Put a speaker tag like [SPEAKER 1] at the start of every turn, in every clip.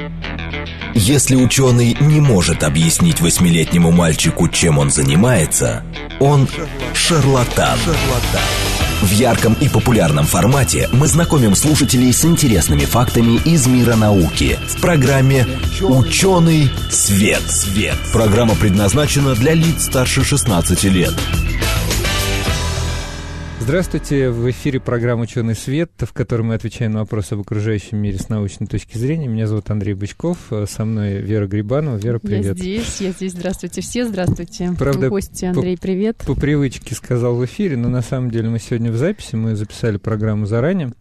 [SPEAKER 1] Если ученый не может объяснить 8-летнему мальчику, чем он занимается, он шарлатан. В ярком и популярном формате мы знакомим слушателей с интересными фактами из мира науки в программе «Ученый свет». Программа предназначена для лиц старше 16 лет.
[SPEAKER 2] Здравствуйте, в эфире программа «Ученый свет», в которой мы отвечаем на вопросы об окружающем мире с научной точки зрения. Меня зовут Андрей Бычков, со мной Вера Грибанова. Вера, привет.
[SPEAKER 3] Я здесь, здравствуйте все, здравствуйте.
[SPEAKER 2] Правда,
[SPEAKER 3] гости, Андрей, привет.
[SPEAKER 2] По привычке сказал в эфире, но на самом деле мы сегодня в записи, мы записали программу заранее.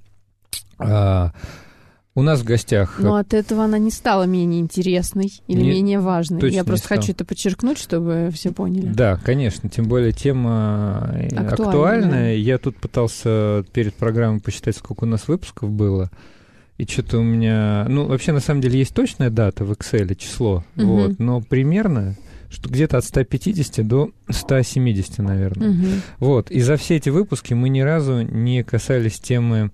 [SPEAKER 2] У нас в гостях...
[SPEAKER 3] Но от этого она не стала менее интересной или менее важной. Я просто хочу это подчеркнуть, чтобы все поняли.
[SPEAKER 2] Да, конечно, тем более тема актуальная. Я тут пытался перед программой посчитать, сколько у нас выпусков было. И что-то у меня... Ну, вообще, на самом деле, есть точная дата в Excel, число. Вот, но примерно... что где-то от 150 до 170, наверное. Вот, и за все эти выпуски мы ни разу не касались темы...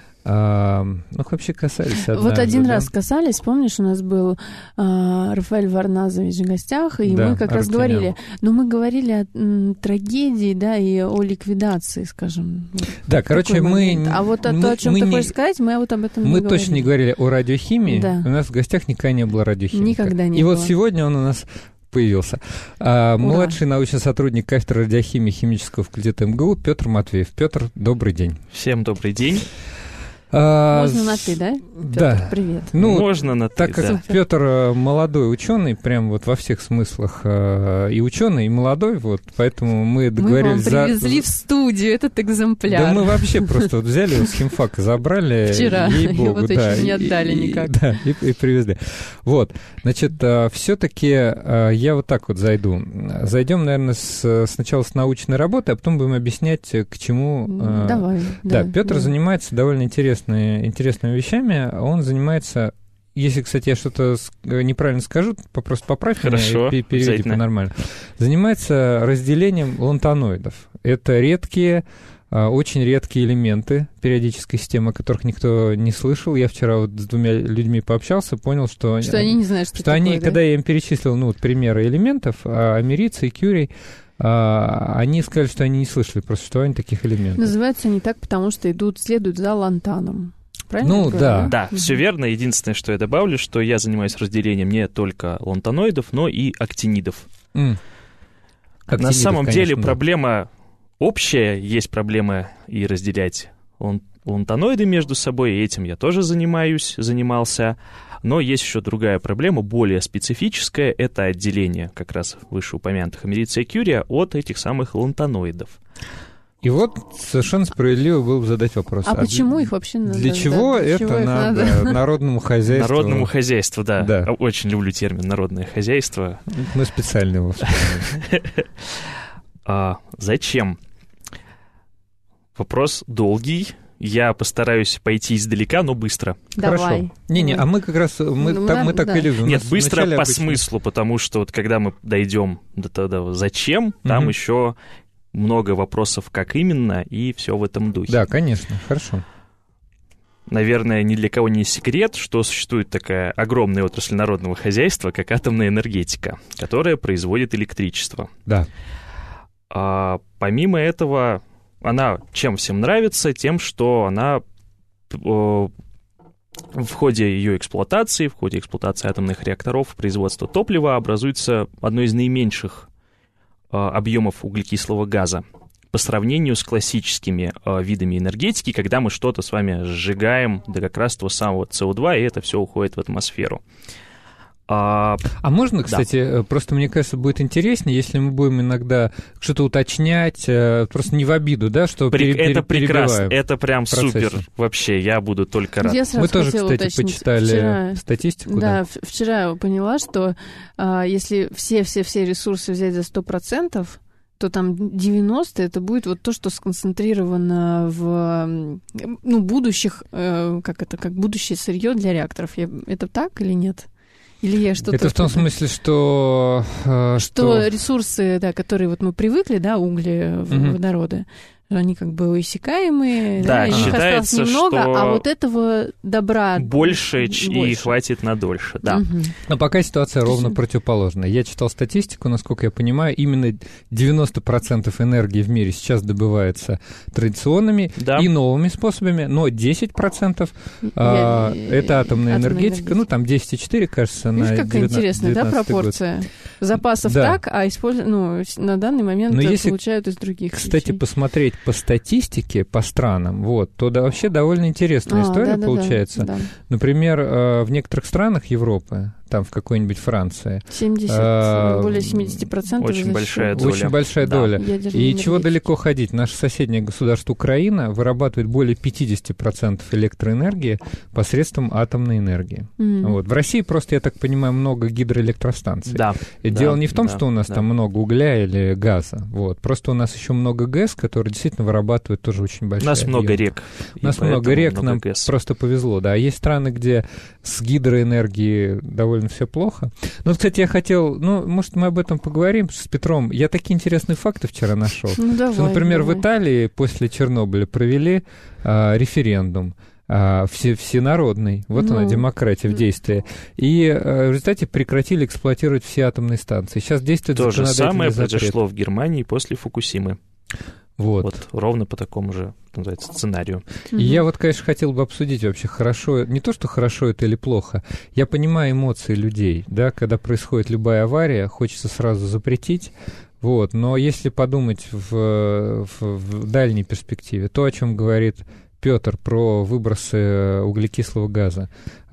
[SPEAKER 2] вообще касались однажды.
[SPEAKER 3] Вот один раз касались, помнишь, у нас был Рафаэль Варназович в гостях, и мы как раз говорили, но мы говорили о трагедии, да, и о ликвидации, скажем.
[SPEAKER 2] Да, короче, мы...
[SPEAKER 3] А вот то, о чем ты хочешь сказать, мы вот об этом не говорили.
[SPEAKER 2] Мы точно не говорили о радиохимии,
[SPEAKER 3] да.
[SPEAKER 2] У нас в гостях никогда не было радиохимика.
[SPEAKER 3] Никогда не
[SPEAKER 2] и
[SPEAKER 3] было.
[SPEAKER 2] Вот сегодня он у нас... появился. Младший научный сотрудник кафедры радиохимии химического факультета МГУ Петр Матвеев. Петр, добрый день.
[SPEAKER 4] Всем добрый день.
[SPEAKER 3] Можно на «ты», да? Пётр,
[SPEAKER 2] да.
[SPEAKER 3] Привет.
[SPEAKER 4] Можно на «ты»,
[SPEAKER 2] так как
[SPEAKER 4] да.
[SPEAKER 2] Петр молодой ученый, прям вот во всех смыслах и ученый, и молодой, вот, поэтому мы договорились...
[SPEAKER 3] Мы вам привезли в студию этот экземпляр.
[SPEAKER 2] Да мы вообще просто вот взяли его с химфака, забрали,
[SPEAKER 3] вчера,
[SPEAKER 2] ей-богу,
[SPEAKER 3] вот
[SPEAKER 2] да,
[SPEAKER 3] еще не отдали никак.
[SPEAKER 2] Да, и привезли. Вот, значит, все-таки я вот так вот зайду. Зайдем, наверное, сначала с научной работы, а потом будем объяснять, к чему...
[SPEAKER 3] Давай.
[SPEAKER 2] Да, Петр занимается довольно интересными вещами. Он занимается, если, кстати, я что-то неправильно скажу, просто поправь
[SPEAKER 4] Хорошо,
[SPEAKER 2] меня и переведи по-нормально. Занимается разделением лантаноидов. Это редкие, очень редкие элементы периодической системы, о которых никто не слышал. Я вчера вот с двумя людьми пообщался, понял, что
[SPEAKER 3] они не знают, что такое,
[SPEAKER 2] они,
[SPEAKER 3] да?
[SPEAKER 2] когда я им перечислил примеры элементов, америций, кюрий, они сказали, что они не слышали про существование таких элементов.
[SPEAKER 3] Называются они так, потому что следуют за лантаном. Правильно?
[SPEAKER 2] Ну, да.
[SPEAKER 4] Да, все верно. Единственное, что я добавлю, что я занимаюсь разделением не только лантаноидов, но и актинидов. На самом деле проблема общая, есть проблема и разделять лантаноиды между собой, и этим я тоже занимался. Но есть еще другая проблема, более специфическая, это отделение как раз вышеупомянутых америция и кюрия от этих самых лантаноидов. И
[SPEAKER 2] вот совершенно справедливо было бы задать вопрос.
[SPEAKER 3] А почему их вообще надо?
[SPEAKER 2] Для чего это надо народному хозяйству?
[SPEAKER 4] Народному хозяйству,
[SPEAKER 2] да.
[SPEAKER 4] Очень люблю термин «народное хозяйство».
[SPEAKER 2] Мы специально его вспомнили.
[SPEAKER 4] Зачем? Вопрос долгий. Я постараюсь пойти издалека, но быстро.
[SPEAKER 3] Давай.
[SPEAKER 2] Хорошо. Не, а мы как раз, мы так и любим.
[SPEAKER 4] Нет, быстро по смыслу, потому что вот когда мы дойдем до того, зачем, там еще много вопросов, как именно, и все в этом духе.
[SPEAKER 2] Да, конечно, хорошо.
[SPEAKER 4] Наверное, ни для кого не секрет, что существует такая огромная отрасль народного хозяйства, как атомная энергетика, которая производит электричество.
[SPEAKER 2] Да.
[SPEAKER 4] Помимо этого... Она чем всем нравится? Тем, что она в ходе ее эксплуатации, в ходе эксплуатации атомных реакторов, производства топлива образуется одно из наименьших объемов углекислого газа по сравнению с классическими видами энергетики, когда мы что-то с вами сжигаем до как раз того самого СО2, и это все уходит в атмосферу.
[SPEAKER 2] А можно, кстати, просто мне кажется, будет интереснее, если мы будем иногда что-то уточнять, просто не в обиду, да, что
[SPEAKER 4] это прекрасно, это прям супер вообще, я буду только рад.
[SPEAKER 2] Мы тоже, кстати, почитали статистику.
[SPEAKER 3] Да, вчера поняла, что если все ресурсы взять за 100%, то там 90% это будет вот то, что сконцентрировано в будущих, как будущее сырье для реакторов. Это так или нет? Или я что-то...
[SPEAKER 2] Это в том смысле, что
[SPEAKER 3] ресурсы, да, которые вот мы привыкли, да, угли, водороды, Они как бы иссякаемые,
[SPEAKER 4] да,
[SPEAKER 3] их осталось немного, а вот этого добра
[SPEAKER 4] больше и хватит на дольше, да.
[SPEAKER 2] Но пока ситуация ровно противоположная. Я читал статистику, насколько я понимаю, именно 90% энергии в мире сейчас добывается традиционными и новыми способами, но 10% это атомная энергетика, ну там 10,4, кажется, на 19
[SPEAKER 3] какая интересная, да, пропорция? Год. Запасов так, а на данный момент получают из других.
[SPEAKER 2] Кстати, посмотреть по статистике, по странам, вот, то да, вообще довольно интересная история получается. Да. Например, в некоторых странах Европы, там в какой-нибудь Франции.
[SPEAKER 3] 70, более 70%.
[SPEAKER 4] Очень большая доля.
[SPEAKER 2] Очень большая доля. И чего далеко ходить? Наше соседнее государство Украина вырабатывает более 50% электроэнергии посредством атомной энергии. Вот. В России просто, я так понимаю, много гидроэлектростанций.
[SPEAKER 4] Да.
[SPEAKER 2] И дело не в том, что у нас там много угля или газа. Вот. Просто у нас еще много ГЭС, которые действительно вырабатывают тоже очень большие
[SPEAKER 4] У нас много рек.
[SPEAKER 2] У нас много рек, нам просто повезло. Да. А есть страны, где с гидроэнергией довольно все плохо. Ну, кстати, я хотел... Ну, может, мы об этом поговорим с Петром. Я такие интересные факты вчера нашел.
[SPEAKER 3] Ну, давай,
[SPEAKER 2] что, например, в Италии после Чернобыля провели референдум всенародный. Вот она, демократия в действии. И в результате прекратили эксплуатировать все атомные станции. Сейчас действует законодательный запрет.
[SPEAKER 4] То же самое произошло в Германии после Фукусимы. Вот ровно по такому же, что называется, сценарию.
[SPEAKER 2] И я вот, конечно, хотел бы обсудить вообще, хорошо, не то, что хорошо это или плохо, я понимаю эмоции людей, да, когда происходит любая авария, хочется сразу запретить, вот, но если подумать в дальней перспективе, то, о чем говорит Петр про выбросы углекислого газа.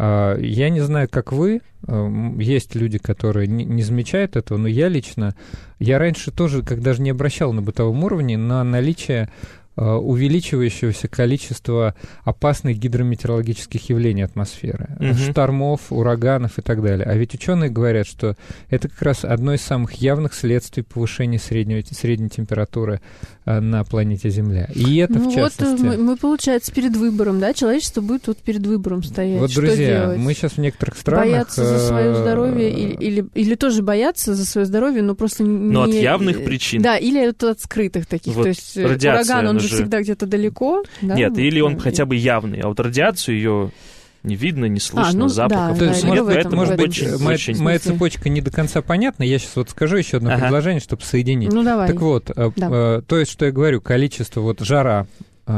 [SPEAKER 2] Я не знаю, как вы, есть люди, которые не замечают этого, но я лично, я раньше тоже, когда же не обращал на бытовом уровне, на наличие увеличивающегося количества опасных гидрометеорологических явлений атмосферы, штормов, ураганов и так далее. А ведь ученые говорят, что это как раз одно из самых явных следствий повышения средней температуры на планете Земля. И это, в частности...
[SPEAKER 3] Вот мы, получается, перед выбором, да, человечество будет вот перед выбором стоять.
[SPEAKER 2] Вот, друзья, мы сейчас в некоторых странах...
[SPEAKER 3] Боятся за свое здоровье или тоже боятся за свое здоровье, но просто не...
[SPEAKER 4] Но от явных причин.
[SPEAKER 3] Да, или от скрытых таких.
[SPEAKER 4] Вот,
[SPEAKER 3] то есть ураган, он же всегда где-то далеко. Да?
[SPEAKER 4] Нет, или он хотя бы явный, а вот радиацию ее не видно, не слышно, запахов.
[SPEAKER 2] То есть, может быть, моя цепочка не до конца понятна. Я сейчас вот скажу еще одно предложение, чтобы соединить.
[SPEAKER 3] Ну, давай.
[SPEAKER 2] Так вот, то есть, что я говорю, количество, вот жара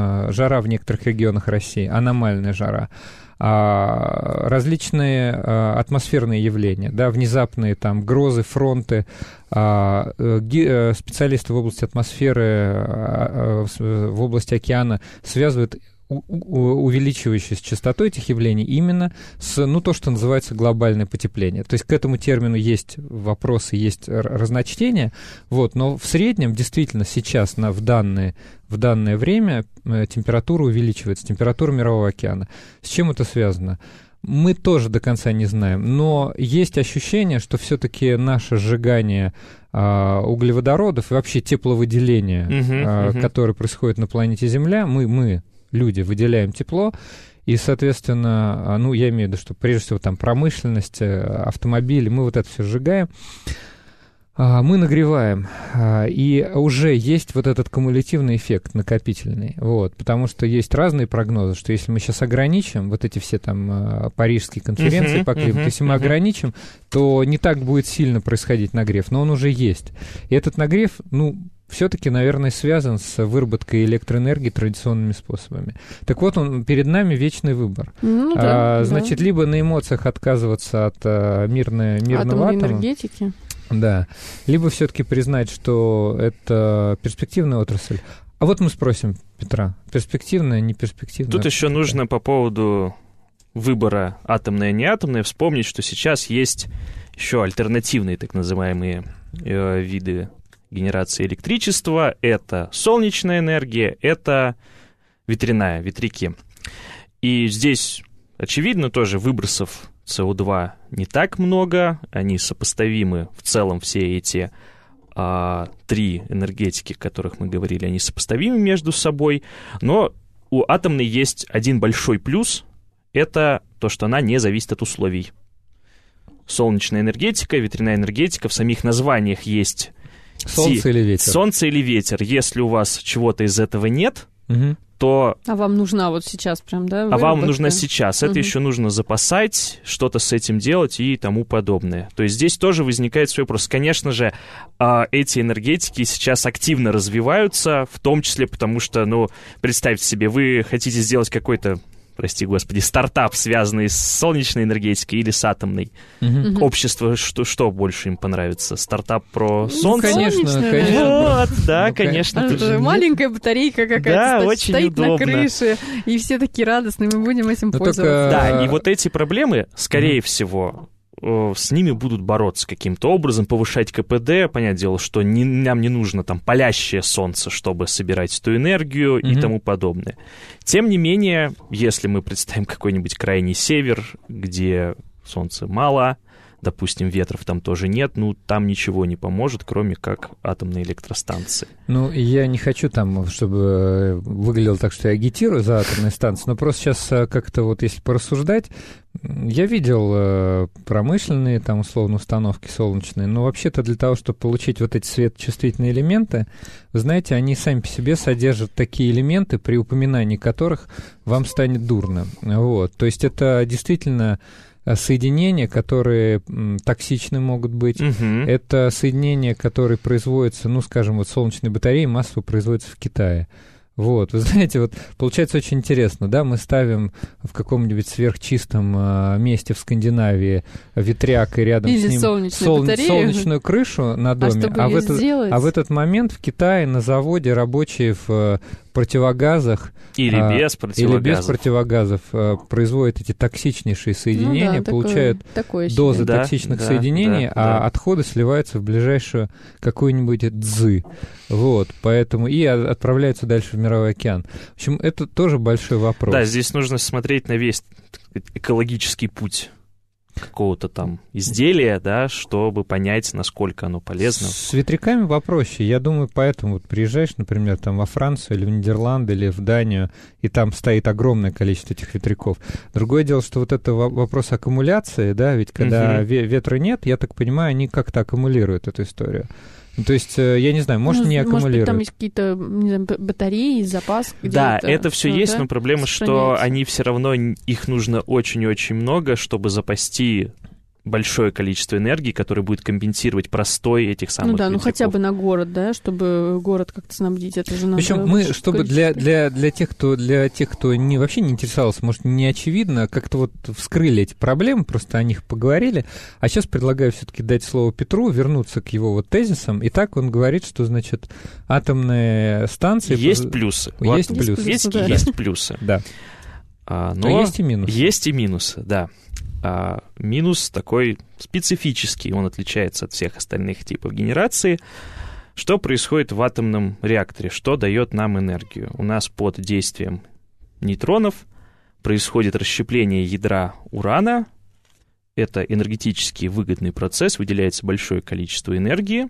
[SPEAKER 2] в некоторых регионах России, аномальная жара, различные атмосферные явления, да, внезапные там грозы, фронты, специалисты в области атмосферы, в области океана связывают увеличивающейся частотой этих явлений именно с, ну, то, что называется глобальное потепление. То есть к этому термину есть вопросы, есть разночтения, вот, но в среднем действительно сейчас в данное время температура увеличивается, температура Мирового океана. С чем это связано? Мы тоже до конца не знаем, но есть ощущение, что все-таки наше сжигание углеводородов и вообще тепловыделение, которое происходит на планете Земля, мы люди выделяем тепло, и, соответственно, ну, я имею в виду, что прежде всего там промышленность, автомобили, мы вот это все сжигаем, мы нагреваем, и уже есть вот этот кумулятивный эффект накопительный, вот, потому что есть разные прогнозы, что если мы сейчас ограничим вот эти все там парижские конференции по климату, если мы ограничим, то не так будет сильно происходить нагрев, но он уже есть. И этот нагрев, ну, все-таки, наверное, связан с выработкой электроэнергии традиционными способами. Так вот, перед нами вечный выбор.
[SPEAKER 3] Ну,
[SPEAKER 2] значит, либо на эмоциях отказываться от мирного атома.
[SPEAKER 3] Энергетики.
[SPEAKER 2] Да. Либо все-таки признать, что это перспективная отрасль. А вот мы спросим Петра, перспективная, не перспективная?
[SPEAKER 4] Тут еще нужно по поводу выбора атомное, не атомное вспомнить, что сейчас есть еще альтернативные так называемые виды генерации электричества. Это солнечная энергия, это ветряная, ветряки. И здесь, очевидно, тоже выбросов СО2 не так много, они сопоставимы в целом, все эти три энергетики, о которых мы говорили, они сопоставимы между собой, но у атомной есть один большой плюс, это то, что она не зависит от условий. Солнечная энергетика, ветряная энергетика, в самих названиях есть
[SPEAKER 2] Солнце или ветер?
[SPEAKER 4] Солнце или ветер. Если у вас чего-то из этого нет, то...
[SPEAKER 3] А вам нужна вот сейчас прям, да?
[SPEAKER 4] А вам нужна сейчас. Это еще нужно запасать, что-то с этим делать и тому подобное. То есть здесь тоже возникает свой вопрос. Конечно же, эти энергетики сейчас активно развиваются, в том числе потому что, представьте себе, вы хотите сделать какой-то, прости господи, стартап, связанный с солнечной энергетикой или с атомной. Общество, что больше им понравится? Стартап про солнце?
[SPEAKER 2] Конечно.
[SPEAKER 4] Вот, да, конечно.
[SPEAKER 3] Это маленькая батарейка какая-то стоит на крыше, и все такие радостные, мы будем этим пользоваться.
[SPEAKER 4] Да, и вот эти проблемы, скорее всего, с ними будут бороться каким-то образом, повышать КПД. Понятное дело, что нам не нужно там палящее солнце, чтобы собирать эту энергию и тому подобное. Тем не менее, если мы представим какой-нибудь крайний север, где солнца мало, допустим, ветров там тоже нет, там ничего не поможет, кроме как атомные электростанции.
[SPEAKER 2] Я не хочу там, чтобы выглядело так, что я агитирую за атомные станции, но просто сейчас как-то вот если порассуждать, я видел промышленные там условно установки солнечные, но вообще-то для того, чтобы получить вот эти светочувствительные элементы, вы знаете, они сами по себе содержат такие элементы, при упоминании которых вам станет дурно. Вот. То есть это действительно соединения, которые токсичны могут быть. Это соединения, которые производятся, скажем, вот солнечные батареи массово производятся в Китае. Вот, вы знаете, вот получается очень интересно, да, мы ставим в каком-нибудь сверхчистом месте в Скандинавии ветряк и рядом
[SPEAKER 3] или
[SPEAKER 2] с ним солнечную крышу на доме, а в этот момент в Китае на заводе рабочие в противогазах
[SPEAKER 4] или без
[SPEAKER 2] противогазов производят эти токсичнейшие соединения, получают дозы токсичных соединений, а отходы сливаются в ближайшую какую-нибудь дзы. Вот, поэтому и отправляются дальше в мировой океан. В общем, это тоже большой вопрос.
[SPEAKER 4] Да, здесь нужно смотреть на весь экологический путь какого-то там изделия, да, чтобы понять, насколько оно полезно.
[SPEAKER 2] С ветряками попроще. Я думаю, поэтому вот приезжаешь, например, там во Францию или в Нидерланды или в Данию, и там стоит огромное количество этих ветряков. Другое дело, что вот это вопрос аккумуляции, да, ведь когда ветра нет, я так понимаю, они как-то аккумулируют эту историю. То есть, я не знаю, может, не аккумулируют.
[SPEAKER 3] Может быть, там есть какие-то, не знаю, батареи, запас?
[SPEAKER 4] Да, это все есть, но проблема, что они все равно, их нужно очень-очень много, чтобы запасти большое количество энергии, которое будет компенсировать простой этих самых ветряков.
[SPEAKER 3] Хотя бы на город, да, чтобы город как-то снабдить, это же надо.
[SPEAKER 2] Причем мы, чтобы для тех, кто вообще не интересовался, может, не очевидно, как-то вот вскрыли эти проблемы, просто о них поговорили, а сейчас предлагаю все-таки дать слово Петру, вернуться к его вот тезисам, и так он говорит, что, значит, атомные станции...
[SPEAKER 4] Есть плюсы.
[SPEAKER 2] Есть плюсы.
[SPEAKER 4] Есть плюсы.
[SPEAKER 2] Да. Но есть и минусы.
[SPEAKER 4] Есть и минусы, да. Минус такой специфический, он отличается от всех остальных типов генерации. Что происходит в атомном реакторе? Что дает нам энергию? У нас под действием нейтронов происходит расщепление ядра урана. Это энергетически выгодный процесс, выделяется большое количество энергии,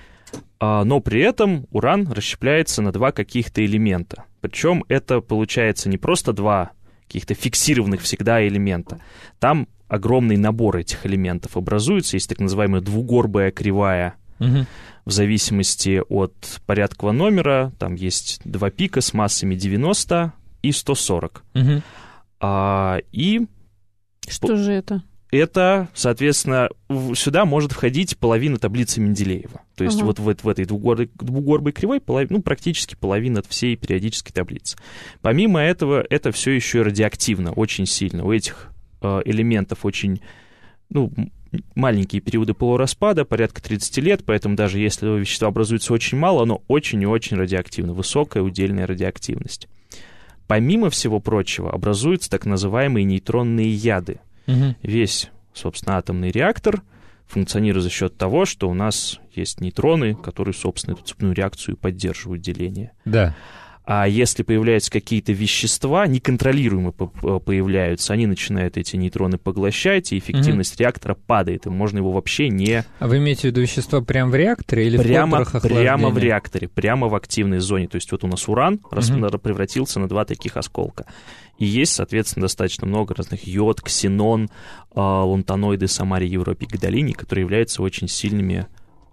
[SPEAKER 4] но при этом уран расщепляется на два каких-то элемента. Причем это получается не просто два каких-то фиксированных всегда элемента. Там огромный набор этих элементов образуется. Есть так называемая двугорбая кривая. В зависимости от порядкового номера. Там есть два пика с массами 90 и 140.
[SPEAKER 3] Что же это?
[SPEAKER 4] Это, соответственно, сюда может входить половина таблицы Менделеева. То есть вот в этой двугорбой кривой практически половина от всей периодической таблицы. Помимо этого, это все еще и радиоактивно, очень сильно. У этих элементов очень маленькие периоды полураспада, порядка 30 лет, поэтому даже если вещество образуется очень мало, оно очень и очень радиоактивно, высокая удельная радиоактивность. Помимо всего прочего, образуются так называемые нейтронные яды. Весь, собственно, атомный реактор функционирует за счет того, что у нас есть нейтроны, которые, собственно, эту цепную реакцию поддерживают деление.
[SPEAKER 2] Да.
[SPEAKER 4] А если появляются какие-то вещества, неконтролируемо появляются, они начинают эти нейтроны поглощать, и эффективность реактора падает, и можно его вообще не...
[SPEAKER 2] А вы имеете в виду вещества прямо в реакторе или в контурах охлаждения?
[SPEAKER 4] Прямо в реакторе, прямо в активной зоне. То есть вот у нас уран превратился на два таких осколка. И есть, соответственно, достаточно много разных йод, ксенон, лантаноиды, самарий, европий, гадолиний, которые являются очень сильными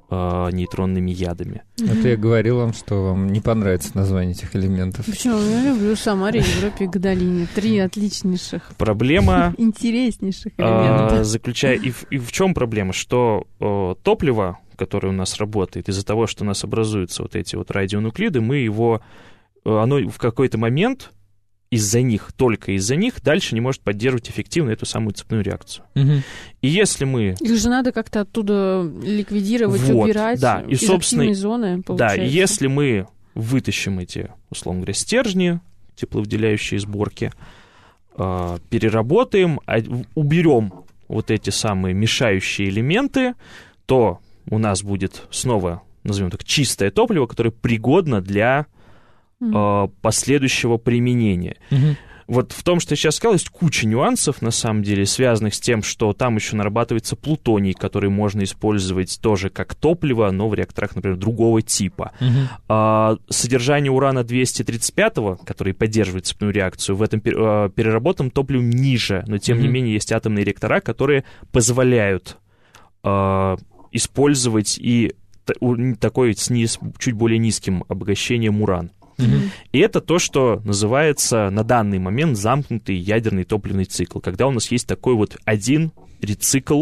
[SPEAKER 4] нейтронными ядами.
[SPEAKER 2] Это я говорил вам, что вам не понравится название этих элементов.
[SPEAKER 3] Почему? Я люблю Самаре, Европе и Гадолине. 3 отличнейших.
[SPEAKER 4] Проблема...
[SPEAKER 3] интереснейших элементов.
[SPEAKER 4] И в чем проблема? Что топливо, которое у нас работает, из-за того, что у нас образуются вот эти вот радионуклиды, оно в какой-то момент только из-за них дальше не может поддерживать эффективно эту самую цепную реакцию.
[SPEAKER 2] Угу.
[SPEAKER 4] И если мы...
[SPEAKER 3] Их же надо как-то оттуда ликвидировать, убирать из активной зоны, получается.
[SPEAKER 4] Да, и если мы вытащим эти, условно говоря, стержни, тепловыделяющие сборки, переработаем, уберем вот эти самые мешающие элементы, то у нас будет снова, назовем так, чистое топливо, которое пригодно для последующего применения. Вот в том, что я сейчас сказал, есть куча нюансов, на самом деле, связанных с тем, что там еще нарабатывается плутоний, который можно использовать тоже как топливо, но в реакторах, например, другого типа. Содержание урана-235, который поддерживает цепную реакцию, в этом переработанном топливе ниже, но тем не менее есть атомные реактора, которые позволяют использовать и такой с чуть более низким обогащением уран. И это то, что называется на данный момент замкнутый ядерный топливный цикл, когда у нас есть такой вот один рецикл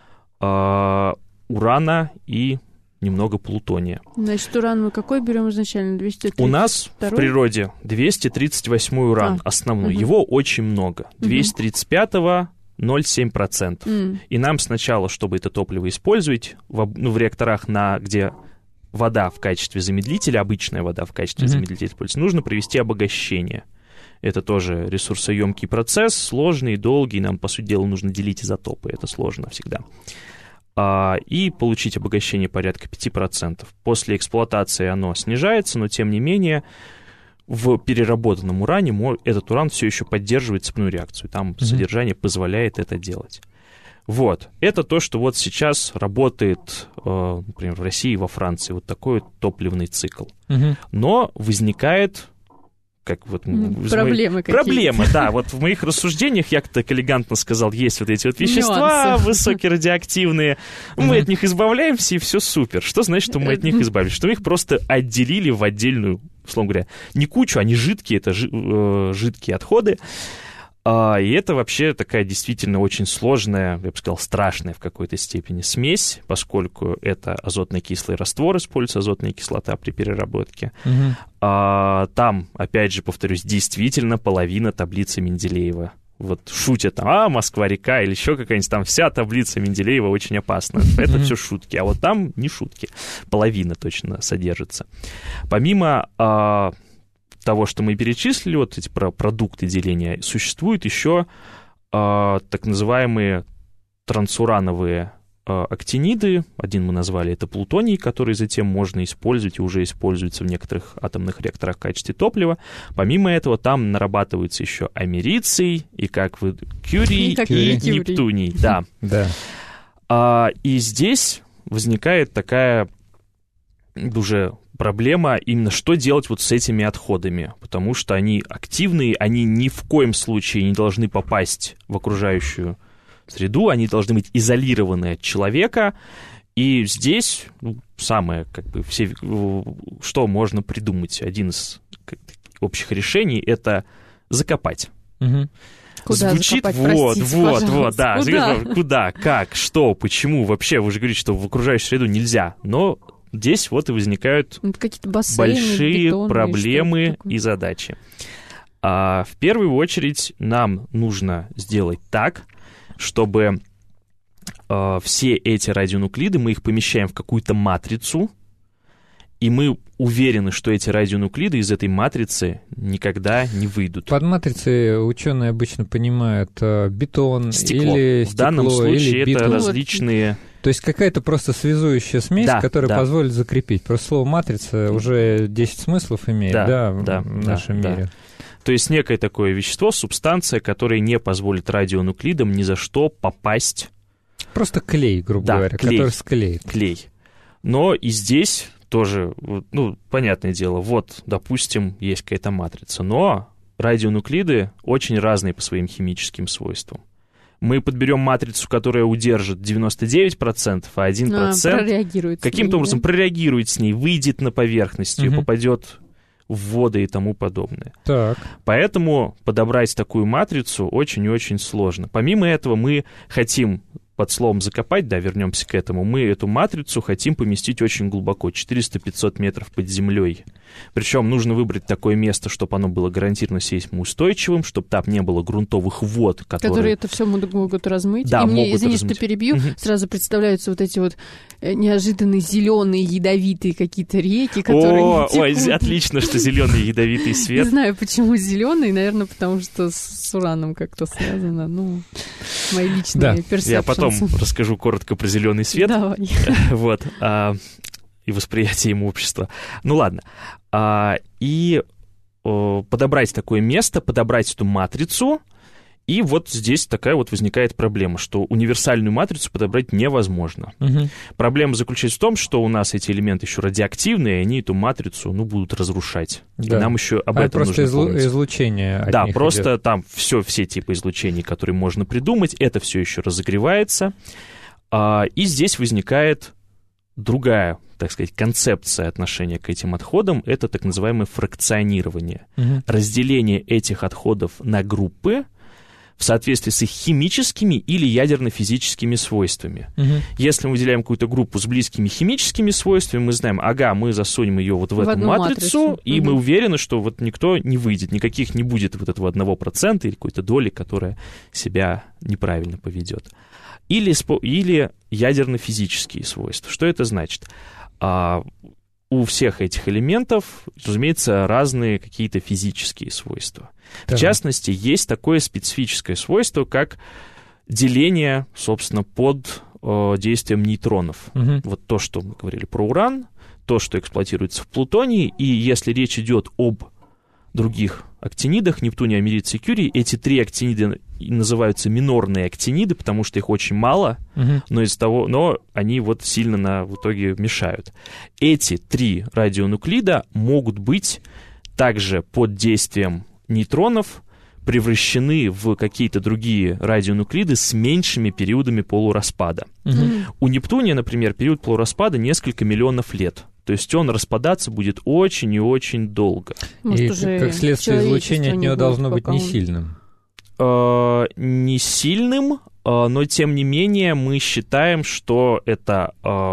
[SPEAKER 4] урана и немного плутония.
[SPEAKER 3] Значит, уран мы какой берем изначально? 232?
[SPEAKER 4] У нас в природе 238 уран основной. Его очень много. 235-го 0,7%. И нам сначала, чтобы это топливо использовать, в реакторах, где вода в качестве замедлителя, обычная вода в качестве замедлителя используется, нужно провести обогащение. Это тоже ресурсоемкий процесс, сложный, долгий, нам, по сути дела, нужно делить изотопы, это сложно всегда. И получить обогащение порядка 5%. После эксплуатации оно снижается, но, тем не менее, в переработанном уране этот уран все еще поддерживает цепную реакцию, там содержание позволяет это делать. Вот, это то, что вот сейчас работает, например, в России и во Франции, вот такой вот топливный цикл. Но возникает, как вот...
[SPEAKER 3] Проблемы какие-то.
[SPEAKER 4] Проблема, да, вот в моих рассуждениях я так элегантно сказал, есть вот эти вот вещества высокорадиоактивные, мы от них избавляемся, и все супер. Что значит, что мы от них избавились? Что мы их просто отделили в отдельную, условно говоря, не кучу, они жидкие, это жидкие отходы. И это вообще такая действительно очень сложная, я бы сказал, страшная в какой-то степени смесь, поскольку это азотно-кислый раствор, используется азотная кислота при переработке. Там, опять же, повторюсь, действительно половина таблицы Менделеева. Вот шутят там, Москва-река или еще какая-нибудь там, вся таблица Менделеева очень опасна. Это все шутки, а вот там не шутки. Половина точно содержится. Помимо того, что мы перечислили, вот эти продукты деления, существуют еще так называемые трансурановые актиниды. Один мы назвали это плутоний, который затем можно использовать и уже используется в некоторых атомных реакторах в качестве топлива. Помимо этого, там нарабатывается еще америций и кюрий, и нептуний. Да. И здесь возникает такая уже проблема именно, что делать вот с этими отходами, потому что они активные, они ни в коем случае не должны попасть в окружающую среду, они должны быть изолированы от человека, и здесь самое, что можно придумать, один из общих решений, это закопать.
[SPEAKER 3] Куда
[SPEAKER 4] звучит
[SPEAKER 3] закопать,
[SPEAKER 4] да. Куда, как, что, почему, вообще, вы же говорите, что в окружающую среду нельзя, но здесь вот и возникают большие проблемы и задачи. В первую очередь нам нужно сделать так, чтобы все эти радионуклиды, мы их помещаем в какую-то матрицу, и мы уверены, что эти радионуклиды из этой матрицы никогда не выйдут.
[SPEAKER 2] Под матрицей ученые обычно понимают бетон или стекло.
[SPEAKER 4] В данном случае это различные...
[SPEAKER 2] То есть какая-то просто связующая смесь, которая позволит закрепить. Просто слово «матрица» уже 10 смыслов имеет в нашем мире.
[SPEAKER 4] То есть некое такое вещество, субстанция, которая не позволит радионуклидам ни за что попасть...
[SPEAKER 2] Просто клей, грубо говоря, который склеит.
[SPEAKER 4] Клей. Но и здесь тоже, понятное дело, вот, допустим, есть какая-то матрица, но радионуклиды очень разные по своим химическим свойствам. Мы подберем матрицу, которая удержит 99%, а 1% каким-то образом прореагирует с ней, выйдет на поверхность, и попадет в воды и тому подобное.
[SPEAKER 2] Так.
[SPEAKER 4] Поэтому подобрать такую матрицу очень и очень сложно. Помимо этого, мы хотим под словом «закопать», да, вернемся к этому, мы эту матрицу хотим поместить очень глубоко, 400-500 метров под землей. Причем нужно выбрать такое место, чтобы оно было гарантированно сейсмоустойчивым, чтобы там не было грунтовых вод,
[SPEAKER 3] которые это все могут размыть.
[SPEAKER 4] Да,
[SPEAKER 3] и мне,
[SPEAKER 4] могут
[SPEAKER 3] извини,
[SPEAKER 4] размыть.
[SPEAKER 3] Что перебью, сразу представляются вот эти вот неожиданные зеленые ядовитые какие-то реки, которые
[SPEAKER 4] Ой, отлично, что зеленый ядовитый свет.
[SPEAKER 3] Не знаю, почему зеленый, наверное, потому что с ураном как-то связано. Ну, мои личные персепшенсы.
[SPEAKER 4] Я потом расскажу коротко про зеленый свет.
[SPEAKER 3] Давай.
[SPEAKER 4] Вот. И восприятие им общества. Ну ладно. И подобрать такое место, подобрать эту матрицу, и вот здесь такая вот возникает проблема, что универсальную матрицу подобрать невозможно. Проблема заключается в том, что у нас эти элементы еще радиоактивные, и они эту матрицу, будут разрушать. Да. И нам еще об этом нужно помнить.
[SPEAKER 2] Просто излучение от них
[SPEAKER 4] просто
[SPEAKER 2] идет.
[SPEAKER 4] Там все типы излучений, которые можно придумать, это все еще разогревается. И здесь возникает другая, так сказать, концепция отношения к этим отходам, это так называемое фракционирование. Разделение этих отходов на группы в соответствии с их химическими или ядерно-физическими свойствами. Если мы выделяем какую-то группу с близкими химическими свойствами, мы знаем, мы засунем ее вот в эту матрицу, и мы уверены, что вот никто не выйдет, никаких не будет вот этого 1% или какой-то доли, которая себя неправильно поведет. Или ядерно-физические свойства. Что это значит? У всех этих элементов, разумеется, разные какие-то физические свойства. Да. В частности, есть такое специфическое свойство, как деление, собственно, под действием нейтронов. Вот то, что мы говорили про уран, то, что эксплуатируется в плутонии, и если речь идет об других актинидах, нептуне, америце и кюрии, эти 3 актинида называются минорные актиниды, потому что их очень мало, но они вот сильно в итоге мешают. Эти 3 радионуклида могут быть также под действием нейтронов превращены в какие-то другие радионуклиды с меньшими периодами полураспада. У Нептуния, например, период полураспада несколько миллионов лет. То есть он распадаться будет очень и очень долго.
[SPEAKER 2] Может, и как следствие излучение от него должно быть не сильным.
[SPEAKER 4] Не сильным, но тем не менее мы считаем, что это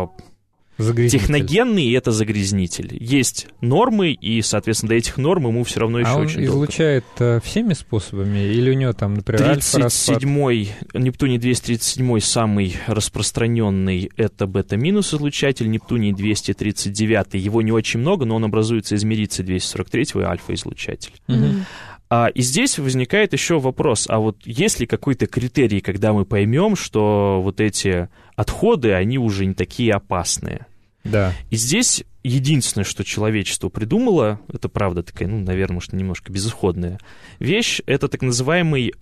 [SPEAKER 4] техногенный, и это загрязнитель. Есть нормы, и, соответственно, до этих норм ему все равно еще очень долго.
[SPEAKER 2] Он излучает всеми способами? Или у него там, например,
[SPEAKER 4] 37-й, Нептуний 237 самый распространенный, это бета-минус излучатель, Нептуний 239, его не очень много, но он образуется из мериция 243 и альфа-излучатель. И здесь возникает еще вопрос, а вот есть ли какой-то критерий, когда мы поймем, что вот эти отходы, они уже не такие опасные?
[SPEAKER 2] Да.
[SPEAKER 4] И здесь единственное, что человечество придумало, это правда такая, наверное, может, немножко безысходная вещь, это так называемая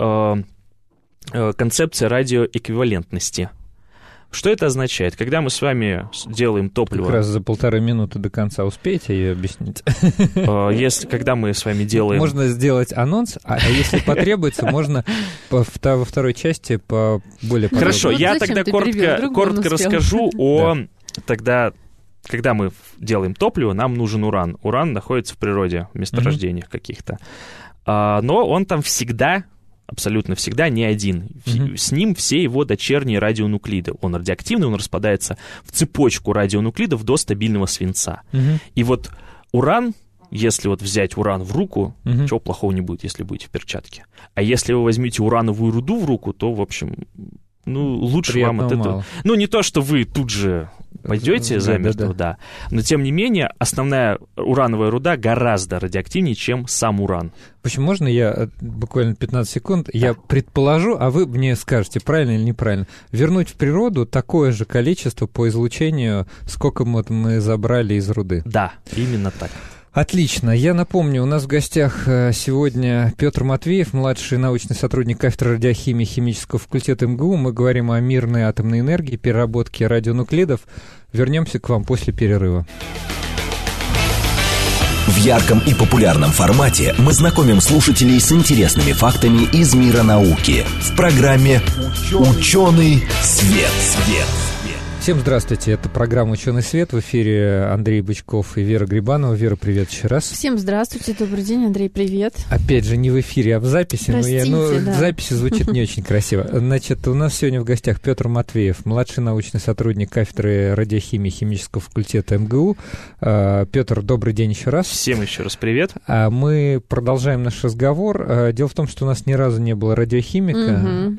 [SPEAKER 4] концепция радиоэквивалентности. Что это означает? Когда мы с вами делаем топливо...
[SPEAKER 2] Как раз за 1,5 минуты до конца успеете ее объяснить?
[SPEAKER 4] Когда мы с вами делаем...
[SPEAKER 2] Можно сделать анонс, а если потребуется, можно во второй части более подробно.
[SPEAKER 4] Хорошо, я тогда коротко расскажу тогда, когда мы делаем топливо, нам нужен уран. Уран находится в природе, в месторождениях каких-то. Но он там всегда... абсолютно всегда не один. С ним все его дочерние радионуклиды. Он радиоактивный, он распадается в цепочку радионуклидов до стабильного свинца. И вот уран, если вот взять уран в руку, чего плохого не будет, если будете в перчатке. А если вы возьмете урановую руду в руку, то, в общем, лучше приятного вам от этого...
[SPEAKER 2] мало.
[SPEAKER 4] Не то, что вы тут же пойдете замертво, да. Но, тем не менее, основная урановая руда гораздо радиоактивнее, чем сам уран.
[SPEAKER 2] В общем, можно я буквально 15 секунд, я предположу, а вы мне скажете, правильно или неправильно, вернуть в природу такое же количество по излучению, сколько мы забрали из руды?
[SPEAKER 4] Да, именно так.
[SPEAKER 2] Отлично. Я напомню, у нас в гостях сегодня Петр Матвеев, младший научный сотрудник кафедры радиохимии химического факультета МГУ. Мы говорим о мирной атомной энергии, переработке радионуклидов. Вернемся к вам после перерыва.
[SPEAKER 1] В ярком и популярном формате мы знакомим слушателей с интересными фактами из мира науки в программе «Ученый свет».
[SPEAKER 2] Всем здравствуйте, это программа «Ученый свет», в эфире Андрей Бычков и Вера Грибанова. Вера, привет еще раз.
[SPEAKER 3] Всем здравствуйте, добрый день, Андрей, привет.
[SPEAKER 2] Опять же, не в эфире, а в записи.
[SPEAKER 3] Простите, да.
[SPEAKER 2] В записи звучит не очень красиво. Значит, у нас сегодня в гостях Петр Матвеев, младший научный сотрудник кафедры радиохимии химического факультета МГУ. Петр, добрый день еще раз.
[SPEAKER 4] Всем еще раз привет.
[SPEAKER 2] Мы продолжаем наш разговор. Дело в том, что у нас ни разу не было радиохимика,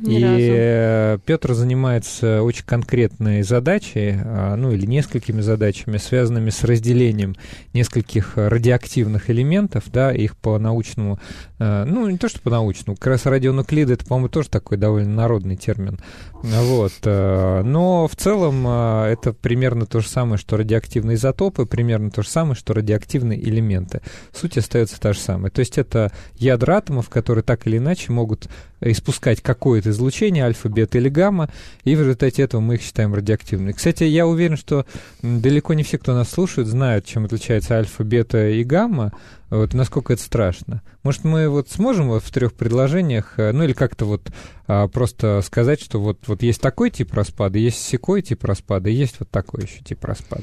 [SPEAKER 2] и Петр занимается очень конкретной задачей, или несколькими задачами, связанными с разделением нескольких радиоактивных элементов, да, их по-научному, не то что по-научному, как раз радионуклиды, это, по-моему, тоже такой довольно народный термин, вот, но в целом это примерно то же самое, что радиоактивные изотопы, примерно то же самое, что радиоактивные элементы. Суть остается та же самая, то есть это ядра атомов, которые так или иначе могут испускать какое-то излучение, альфа, бета или гамма, и в результате этого мы их считаем радиоактивными. Кстати, я уверен, что далеко не все, кто нас слушает, знают, чем отличается альфа, бета и гамма, вот, насколько это страшно. Может, мы вот сможем вот в 3 предложениях, или как-то вот просто сказать, что вот есть такой тип распада, есть сякой тип распада, и есть вот такой еще тип распада.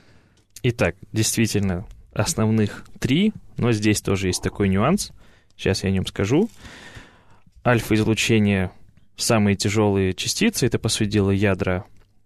[SPEAKER 4] Итак, действительно, основных 3, но здесь тоже есть такой нюанс. Сейчас я о нем скажу. Альфа-излучение, самые тяжелые частицы, это, по сути дела, ядра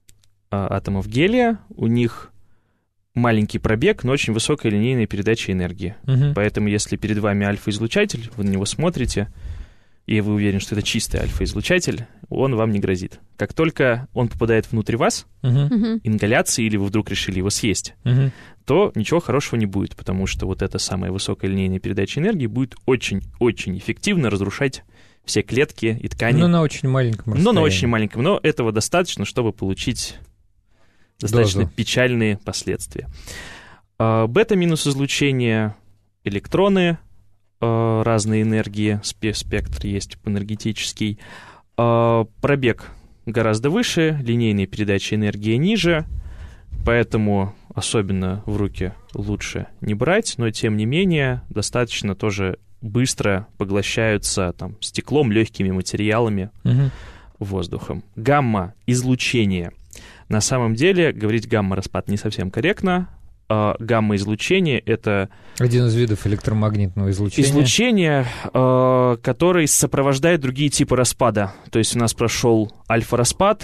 [SPEAKER 4] атомов гелия. У них маленький пробег, но очень высокая линейная передача энергии. Поэтому, если перед вами альфа-излучатель, вы на него смотрите, и вы уверены, что это чистый альфа-излучатель, он вам не грозит. Как только он попадает внутрь вас, ингаляции, или вы вдруг решили его съесть, то ничего хорошего не будет, потому что вот эта самая высокая линейная передача энергии будет очень-очень эффективно разрушать все клетки и ткани.
[SPEAKER 2] Но на очень маленьком расстоянии.
[SPEAKER 4] Но этого достаточно, чтобы получить достаточно печальные последствия. Бета-минус излучение, электроны, разные энергии, спектр есть энергетический. Пробег гораздо выше, линейная передача энергии ниже, поэтому особенно в руки лучше не брать, но тем не менее достаточно тоже быстро поглощаются стеклом, легкими материалами, воздухом. Гамма-излучение. На самом деле, говорить гамма-распад не совсем корректно. Гамма-излучение — это...
[SPEAKER 2] один из видов электромагнитного излучения.
[SPEAKER 4] Излучение, которое сопровождает другие типы распада. То есть у нас прошел альфа-распад,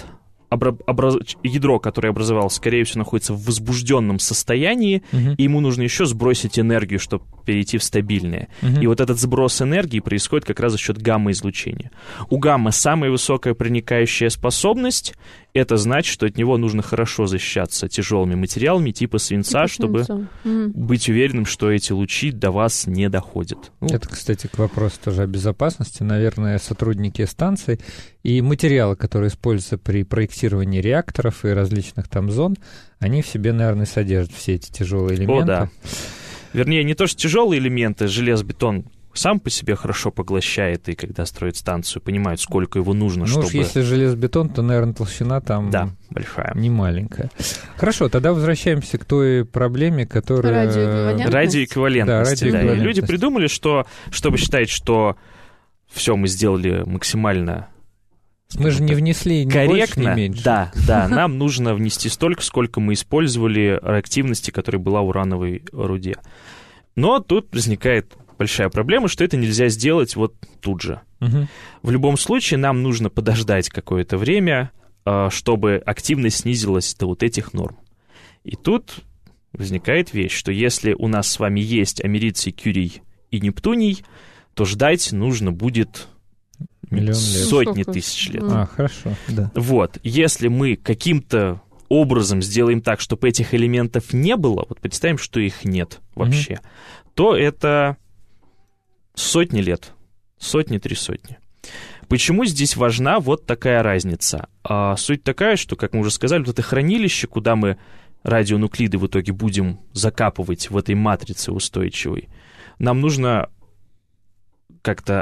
[SPEAKER 4] ядро, которое образовалось, скорее всего, находится в возбужденном состоянии, и ему нужно еще сбросить энергию, чтобы перейти в стабильное. И вот этот сброс энергии происходит как раз за счет гамма-излучения. У гамма самая высокая проникающая способность. Это значит, что от него нужно хорошо защищаться тяжелыми материалами типа свинца, чтобы быть уверенным, что эти лучи до вас не доходят.
[SPEAKER 2] Это, кстати, к вопросу тоже о безопасности. Наверное, сотрудники станций и материалы, которые используются при проектировании реакторов и различных зон, они в себе, наверное, содержат все эти тяжелые элементы.
[SPEAKER 4] О, да. Вернее, не то, что тяжелые элементы, железобетон сам по себе хорошо поглощает, и когда строят станцию, понимают, сколько его нужно, чтобы...
[SPEAKER 2] если железобетон, то, наверное, толщина там
[SPEAKER 4] большая.
[SPEAKER 2] Не маленькая. Хорошо, тогда возвращаемся к той проблеме, которая...
[SPEAKER 4] Радиоэквивалентность. И люди придумали, что, чтобы считать, что все мы сделали максимально...
[SPEAKER 2] Мы же не внесли ни
[SPEAKER 4] корректно,
[SPEAKER 2] больше, ни меньше.
[SPEAKER 4] Да, нам нужно внести столько, сколько мы использовали активности, которая была в урановой руде. Но тут возникает большая проблема, что это нельзя сделать вот тут же. В любом случае нам нужно подождать какое-то время, чтобы активность снизилась до вот этих норм. И тут возникает вещь, что если у нас с вами есть америций, кюрий и нептуний, то ждать нужно будет... сотни тысяч лет.
[SPEAKER 2] Хорошо, да.
[SPEAKER 4] Вот, если мы каким-то образом сделаем так, чтобы этих элементов не было, вот представим, что их нет вообще, то это сотни лет, 100-3 сотни. Почему здесь важна вот такая разница? Суть такая, что, как мы уже сказали, вот это хранилище, куда мы радионуклиды в итоге будем закапывать в этой матрице устойчивой, нам нужно как-то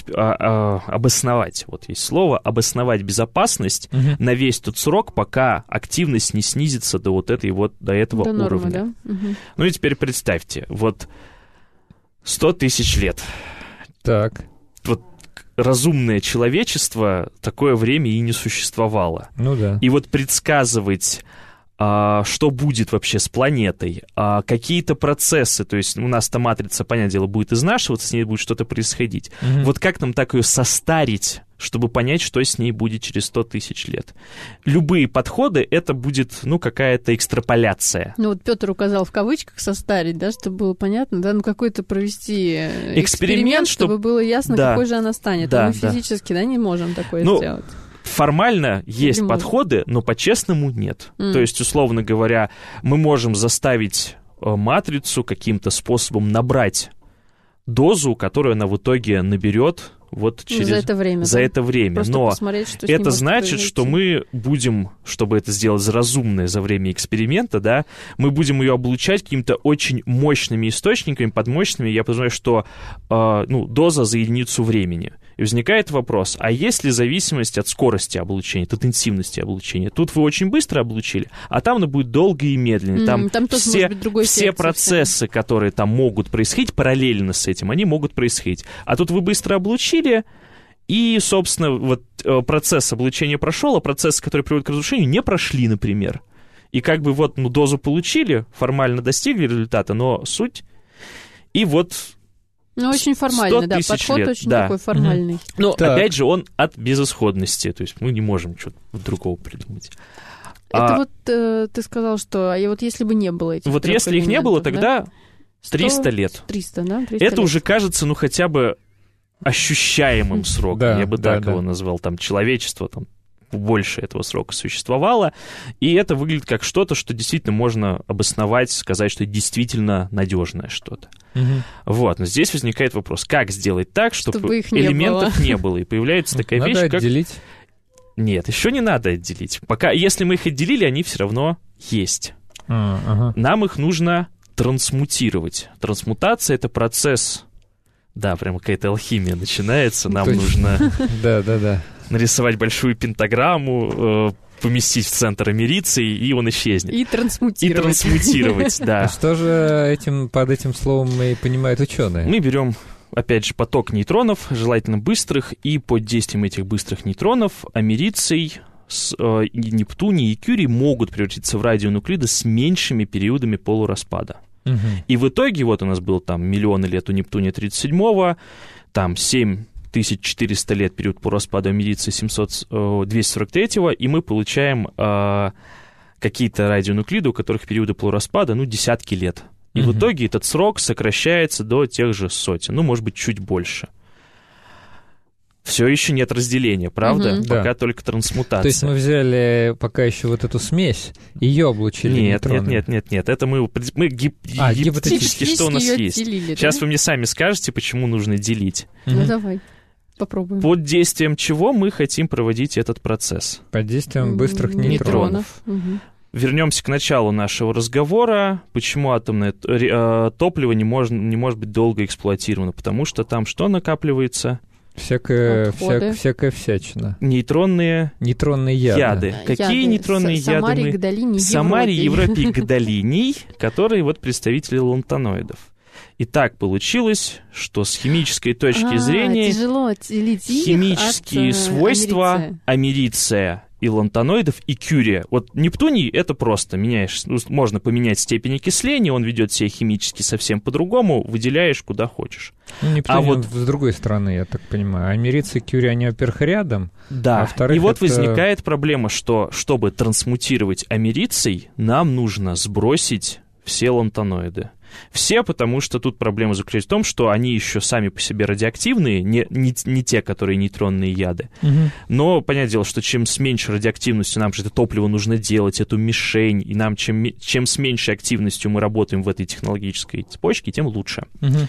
[SPEAKER 4] обосновать, вот есть слово, обосновать безопасность на весь тот срок, пока активность не снизится до вот этой вот, до этого
[SPEAKER 3] до нормы,
[SPEAKER 4] уровня.
[SPEAKER 3] Да?
[SPEAKER 4] Ну и теперь представьте, вот 100 тысяч лет.
[SPEAKER 2] Так.
[SPEAKER 4] Вот разумное человечество такое время и не существовало.
[SPEAKER 2] Ну да.
[SPEAKER 4] И вот предсказывать, что будет вообще с планетой, какие-то процессы, то есть у нас-то матрица, понятное дело, будет изнашиваться, с ней будет что-то происходить. Вот как нам так ее состарить, чтобы понять, что с ней будет через 100 тысяч лет? Любые подходы, это будет, какая-то экстраполяция.
[SPEAKER 3] Ну, вот Петр указал в кавычках «состарить», да, чтобы было понятно, да, какой-то провести эксперимент, чтобы было ясно, какой же она станет.
[SPEAKER 4] Да,
[SPEAKER 3] мы физически, не можем такое сделать.
[SPEAKER 4] Формально есть подходы, но по-честному нет. То есть, условно говоря, мы можем заставить матрицу каким-то способом набрать дозу, которую она в итоге наберет
[SPEAKER 3] за это время.
[SPEAKER 4] Просто но это значит, что мы будем, чтобы это сделать разумное за время эксперимента, да, мы будем ее облучать какими-то очень мощными источниками, подмощными. Я понимаю, что доза за единицу времени. И возникает вопрос, а есть ли зависимость от скорости облучения, от интенсивности облучения? Тут вы очень быстро облучили, а там оно будет долго и медленно. Там все процессы, которые там могут происходить параллельно с этим, они могут происходить. А тут вы быстро облучили, и, собственно, процесс облучения прошел, а процессы, которые приводят к разрушению, не прошли, например. И дозу получили, формально достигли результата, но суть... И
[SPEAKER 3] очень формальный, да, подход
[SPEAKER 4] лет,
[SPEAKER 3] очень такой формальный.
[SPEAKER 4] Но, опять же, он от безысходности, то есть мы не можем что-то другого придумать.
[SPEAKER 3] Это ты сказал, что если бы не было этих
[SPEAKER 4] если их не было, тогда 300 лет.
[SPEAKER 3] 300, да? 300
[SPEAKER 4] это
[SPEAKER 3] лет.
[SPEAKER 4] уже кажется, хотя бы ощущаемым сроком, я бы так его назвал, человечество, больше этого срока существовало, и это выглядит как что-то, что действительно можно обосновать, сказать, что это действительно надежное что-то. Но здесь возникает вопрос, как сделать так, чтобы элементов не было, и появляется такая вещь, как...
[SPEAKER 2] отделить?
[SPEAKER 4] Нет, еще не надо отделить. Пока, если мы их отделили, они все равно есть. Нам их нужно трансмутировать. Трансмутация — это процесс... Да, прям какая-то алхимия начинается. Нам нужно нарисовать большую пентаграмму, поместить в центр америции, и он исчезнет.
[SPEAKER 3] И трансмутировать.
[SPEAKER 4] Да.
[SPEAKER 2] Что же под этим словом и понимают ученые?
[SPEAKER 4] Мы берем, опять же, поток нейтронов, желательно быстрых, и под действием этих быстрых нейтронов америций, Нептуний и Кюрий могут превратиться в радионуклиды с меньшими периодами полураспада. И в итоге, у нас было миллионы лет у Нептуния 37-го, 7400 лет период полураспада америции 243-го, и мы получаем какие-то радионуклиды, у которых периоды полураспада, десятки лет. И в итоге этот срок сокращается до тех же сотен, может быть, чуть больше. Все еще нет разделения, правда? Пока только трансмутация.
[SPEAKER 2] То есть мы взяли пока еще эту смесь, ее облучили нейтронами?
[SPEAKER 4] Нет. Это мы гипотетически, что у нас есть. Сейчас вы мне сами скажете, почему нужно делить.
[SPEAKER 3] Давай, попробуем.
[SPEAKER 4] Под действием чего мы хотим проводить этот процесс?
[SPEAKER 2] Под действием быстрых нейтронов.
[SPEAKER 4] Вернемся к началу нашего разговора. Почему атомное топливо не может быть долго эксплуатировано? Потому что там что накапливается?
[SPEAKER 2] Всякая всячина.
[SPEAKER 4] Нейтронные яды. Какие нейтронные яды? Самарий, Европий, Гадолиний, которые представители лантаноидов. И так получилось, что с химической точки зрения химические свойства америция и лантаноидов, и Кюрия. Нептуний — это просто можно поменять степень окисления, он ведет себя химически совсем по-другому, выделяешь куда хочешь.
[SPEAKER 2] Нептуний с другой стороны, я так понимаю. Америций и Кюрия, они, во-первых, рядом.
[SPEAKER 4] Да, и возникает проблема, что, чтобы трансмутировать америций, нам нужно сбросить все лантаноиды. Все, потому что тут проблема заключается в том, что они еще сами по себе радиоактивные, не те, которые нейтронные яды. Но, понятное дело, что чем с меньшей радиоактивностью нам же это топливо нужно делать, эту мишень, и нам чем с меньшей активностью мы работаем в этой технологической цепочке, тем лучше.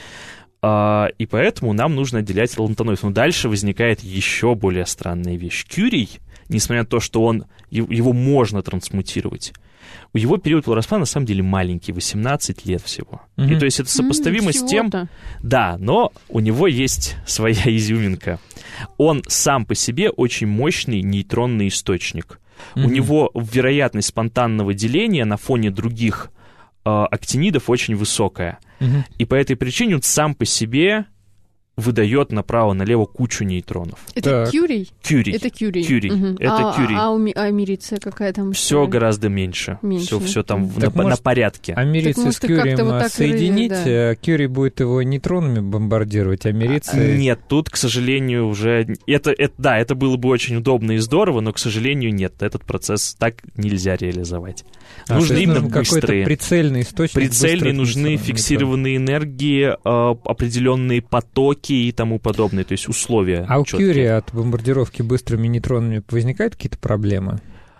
[SPEAKER 4] И поэтому нам нужно отделять лантаноид. Но дальше возникает еще более странная вещь. Кюрий, несмотря на то, что его можно трансмутировать, у его период полураспада на самом деле маленький, 18 лет всего. И то есть это сопоставимо с тем... Да, но у него есть своя изюминка. Он сам по себе очень мощный нейтронный источник. У него вероятность спонтанного деления на фоне других актинидов очень высокая. И по этой причине он сам по себе выдает направо-налево кучу нейтронов.
[SPEAKER 3] Это Кюрий?
[SPEAKER 4] Кюрий.
[SPEAKER 3] Это Кюрий.
[SPEAKER 4] Это Кюрий.
[SPEAKER 3] А америция какая там?
[SPEAKER 4] Все гораздо меньше. Все там на порядке.
[SPEAKER 2] Америцию с Кюрием соединить, Кюрий будет его нейтронами бомбардировать, америция...
[SPEAKER 4] Нет, тут, к сожалению, уже... Это было бы очень удобно и здорово, но, к сожалению, нет. Этот процесс так нельзя реализовать. Нужны именно быстрые.
[SPEAKER 2] Прицельный источник.
[SPEAKER 4] Прицельные, нужны фиксированные энергии, определенные потоки и тому подобное, то есть условия.
[SPEAKER 2] А у
[SPEAKER 4] четкие.
[SPEAKER 2] Кюрия от бомбардировки быстрыми нейтронами возникают какие-то проблемы?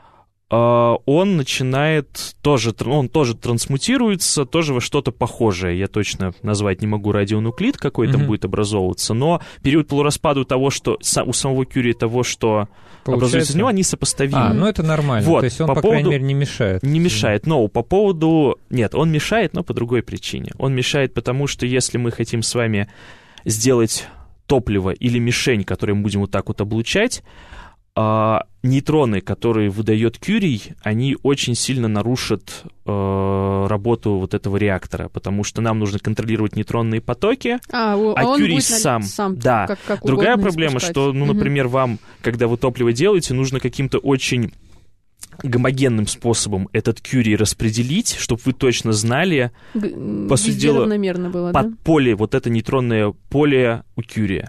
[SPEAKER 4] Он начинает он тоже трансмутируется, тоже во что-то похожее. Я точно назвать не могу радионуклид, какой там будет образовываться, но период полураспада того, что у самого Кюрия, того, что образуется из него, они сопоставимы.
[SPEAKER 2] Ну это нормально,
[SPEAKER 4] вот,
[SPEAKER 2] то есть он, по крайней мере, не мешает.
[SPEAKER 4] Не мешает, но по поводу... Нет, он мешает, но по другой причине. Он мешает потому, что если мы хотим с вами сделать топливо или мишень, которую мы будем вот так вот облучать, нейтроны, которые выдает Кюрий, они очень сильно нарушат работу вот этого реактора, потому что нам нужно контролировать нейтронные потоки, а Кюрий сам да. Как другая проблема, что, например, вам, когда вы топливо делаете, нужно каким-то очень гомогенным способом этот Кюрий распределить, чтобы вы точно знали, по сути дела,
[SPEAKER 3] было,
[SPEAKER 4] под поле, вот это нейтронное поле у Кюрия.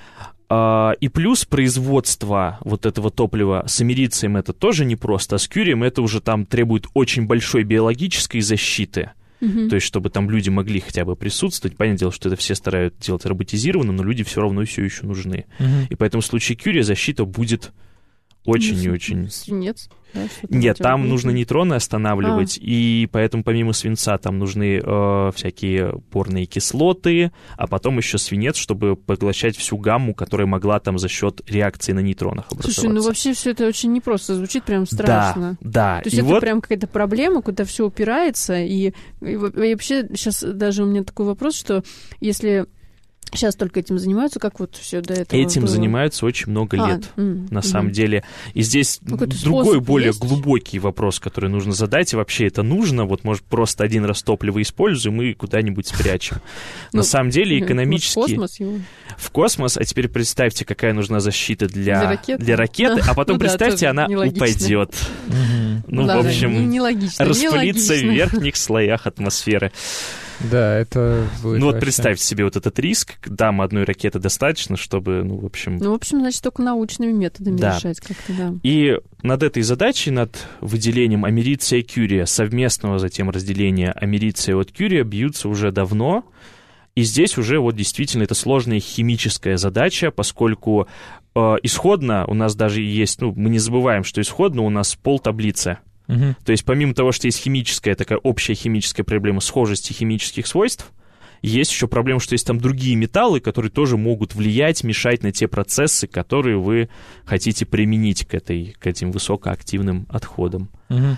[SPEAKER 4] И плюс производство вот этого топлива с америцием это тоже непросто, а с Кюрием это уже там требует очень большой биологической защиты. То есть, чтобы там люди могли хотя бы присутствовать. Понятное дело, что это все стараются делать роботизированно, но люди все равно все еще нужны. И поэтому в случае Кюрия защита будет очень и очень...
[SPEAKER 3] Свинец? Да,
[SPEAKER 4] нет, там нужно нейтроны останавливать, и поэтому помимо свинца там нужны всякие порные кислоты, а потом еще свинец, чтобы поглощать всю гамму, которая могла там за счет реакции на нейтронах образоваться.
[SPEAKER 3] Слушай, вообще все это очень непросто, звучит прям страшно.
[SPEAKER 4] Да.
[SPEAKER 3] То есть это прям какая-то проблема, куда все упирается, и вообще сейчас даже у меня такой вопрос, что если... Сейчас только этим занимаются, как вот все до этого
[SPEAKER 4] Этим
[SPEAKER 3] было?
[SPEAKER 4] Занимаются очень много лет, на самом деле. И здесь другой, более глубокий вопрос, который нужно задать. И вообще это нужно? Вот, может, просто один раз топливо используем и куда-нибудь спрячем. На самом деле экономически... В космос, а теперь представьте, какая нужна защита для ракеты, а потом представьте, она упадет. В общем, распылится в верхних слоях атмосферы.
[SPEAKER 2] Да, это будет
[SPEAKER 4] вот представьте себе вот этот риск. Нам одной ракеты достаточно, чтобы, в общем...
[SPEAKER 3] значит, только научными методами решать как-то, да.
[SPEAKER 4] И над этой задачей, над выделением америция и Кюрия, совместного затем разделения америция от Кюрия, бьются уже давно. И здесь уже вот действительно это сложная химическая задача, поскольку исходно у нас даже есть, мы не забываем, что исходно у нас полтаблицы. То есть помимо того, что есть химическая, такая общая химическая проблема схожести химических свойств, есть еще проблема, что есть там другие металлы, которые тоже могут влиять, мешать на те процессы, которые вы хотите применить к этим высокоактивным отходам.